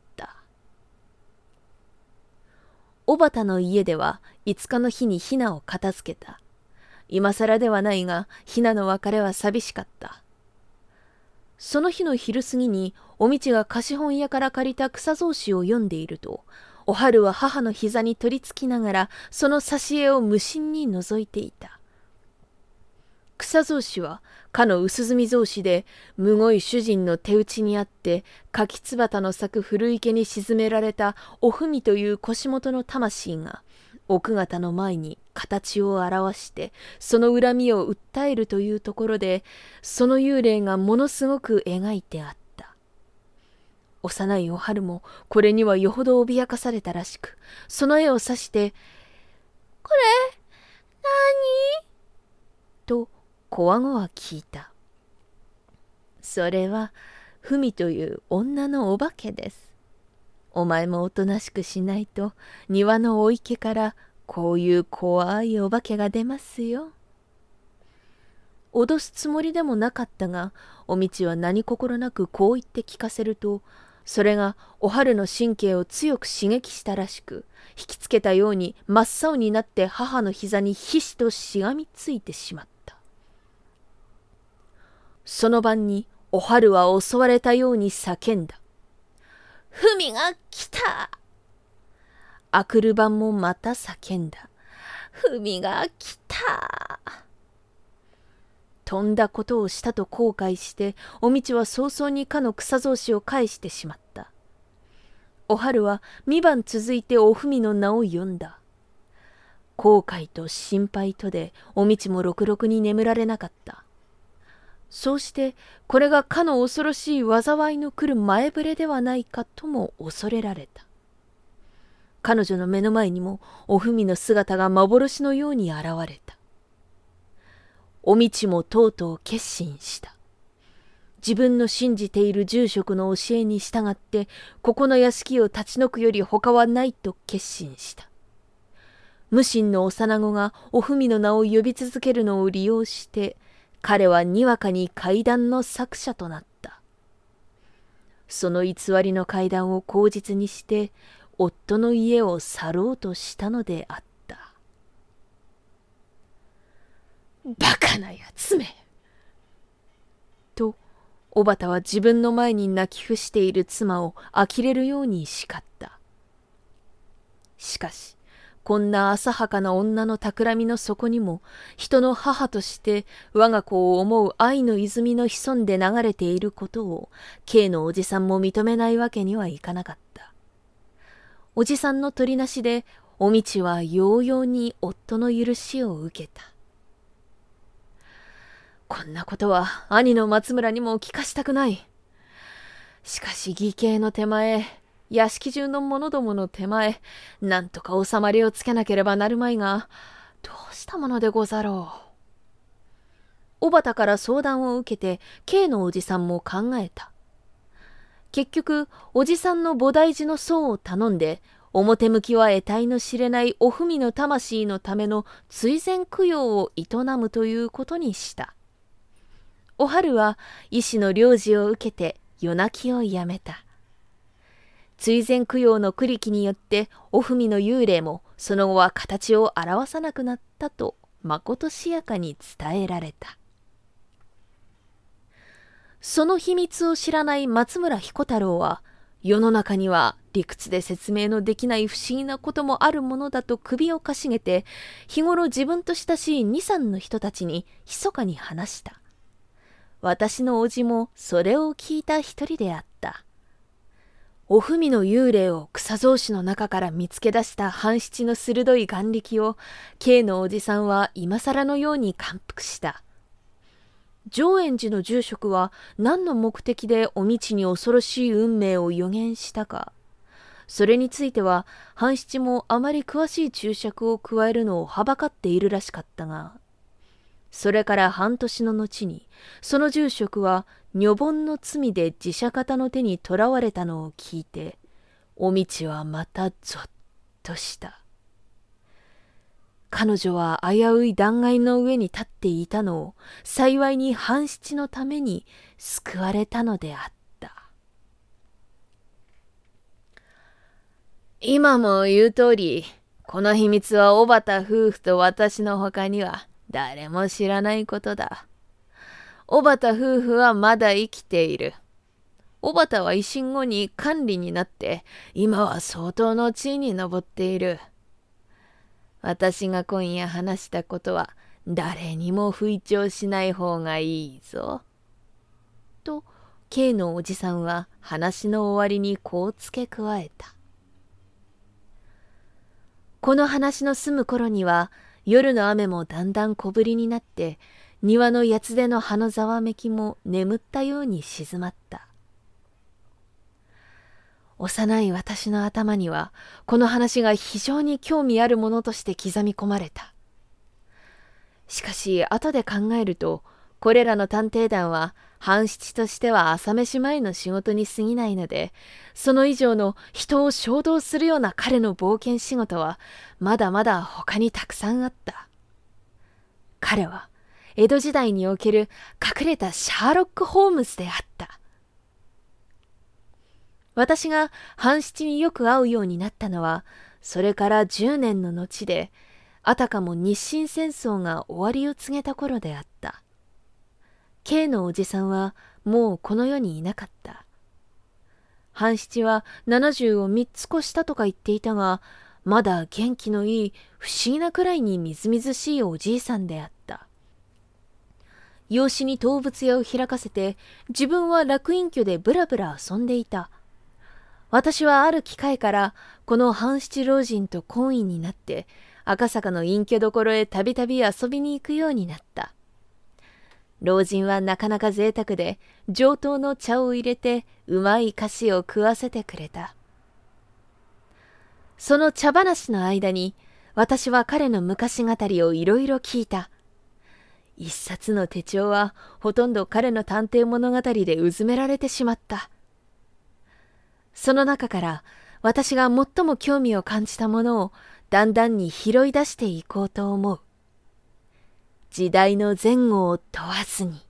おばたの家では5日の日にひなを片付けた。今更ではないが、ひなの別れは寂しかった。その日の昼過ぎに、おみちが貸本屋から借りた草草子を読んでいると、お春は母の膝に取り付きながら、その挿絵を無心に覗いていた。草草子は、かの薄墨草子で、むごい主人の手打ちにあって、柿つばたの咲く古池に沈められたおふみという腰元の魂が、奥方の前に形を表して、その恨みを訴えるというところで、その幽霊がものすごく描いてあった。幼いお春も、これにはよほど脅かされたらしく、その絵を指して、これ、何？と、こわごは聞いた。それは、ふみという女のお化けです。お前もおとなしくしないと、庭のお池からこういう怖いお化けが出ますよ。脅すつもりでもなかったが、おみちは何心なくこう言って聞かせると、それがお春の神経を強く刺激したらしく、引きつけたように真っ青になって母の膝にひしとしがみついてしまった。その晩にお春は襲われたように叫んだ。ふみが来た。あくる晩もまた叫んだ。ふみが来た。とんだことをしたと後悔して、おみちは早々にかの草草子を返してしまった。お春は2晩続いておふみの名を呼んだ。後悔と心配とでおみちもろくろくに眠られなかった。そうしてこれがかの恐ろしい災いの来る前触れではないかとも恐れられた。彼女の目の前にもおふみの姿が幻のように現れた。おみちもとうとう決心した。自分の信じている住職の教えに従ってここの屋敷を立ち退くより他はないと決心した。無心の幼子がおふみの名を呼び続けるのを利用して彼はにわかに怪談の作者となった。その偽りの怪談を口実にして夫の家を去ろうとしたのであった。バカなやつめとおばたは自分の前に泣き伏している妻を呆れるように叱った。しかしこんな浅はかな女の企みの底にも人の母として我が子を思う愛の泉の潜んで流れていることをKのおじさんも認めないわけにはいかなかった。 おじさんの取りなしで、おみちはようように夫の許しを受けた。こんなことは兄の松村にも聞かしたくない。しかし義兄の手前、屋敷中の者どもの手前、なんとか収まりをつけなければなるまいが、どうしたものでござろう。小畑から相談を受けて、Kのおじさんも考えた。結局、おじさんの菩提寺の僧を頼んで、表向きは得体の知れないおふみの魂のための追善供養を営むということにした。お春は医師の療治を受けて夜泣きをやめた。追善供養の栗木によっておふみの幽霊もその後は形を表さなくなったとまことしやかに伝えられた。その秘密を知らない松村彦太郎は、世の中には理屈で説明のできない不思議なこともあるものだと首をかしげて、日頃自分と親しい2、3の人たちに密かに話した。私の叔父もそれを聞いた一人であった。おふみの幽霊を草草子の中から見つけ出した半七の鋭い眼力を、Kのおじさんは今更のように感服した。上円寺の住職は何の目的でおみちに恐ろしい運命を予言したか。それについては半七もあまり詳しい注釈を加えるのをはばかっているらしかったが、それから半年の後にその住職は女凡の罪で寺社方の手に捕らわれたのを聞いて、おみちはまたぞっとした。彼女は危うい断崖の上に立っていたのを幸いに半七のために救われたのであった。今も言う通り、この秘密は小畑夫婦と私の他には誰も知らないことだ。小畑夫婦はまだ生きている。小畑は維新後に官吏になって今は相当の地位に上っている。私が今夜話したことは誰にも吹聴しない方がいいぞ。と K のおじさんは話の終わりにこう付け加えた。この話の済む頃には夜の雨もだんだん小降りになって、庭の八つ手の葉のざわめきも眠ったように静まった。幼い私の頭にはこの話が非常に興味あるものとして刻み込まれた。しかし後で考えると、これらの探偵団は半七としては朝飯前の仕事に過ぎないので、その以上の人を衝動するような彼の冒険仕事はまだまだ他にたくさんあった。彼は江戸時代における隠れたシャーロック・ホームズであった。私が半七によく会うようになったのは、それから10年の後で、あたかも日清戦争が終わりを告げた頃であった。K のおじさんはもうこの世にいなかった。半七は70を3つ越したとか言っていたが、まだ元気のいい不思議なくらいにみずみずしいおじいさんであった。養子に動物屋を開かせて、自分は楽隠居でぶらぶら遊んでいた。私はある機会からこの半七老人と懇意になって赤坂の隠居所へたびたび遊びに行くようになった。老人はなかなか贅沢で上等の茶を入れてうまい菓子を食わせてくれた。その茶話の間に私は彼の昔語りをいろいろ聞いた。一冊の手帳はほとんど彼の探偵物語でうずめられてしまった。その中から私が最も興味を感じたものをだんだんに拾い出していこうと思う。時代の前後を問わずに。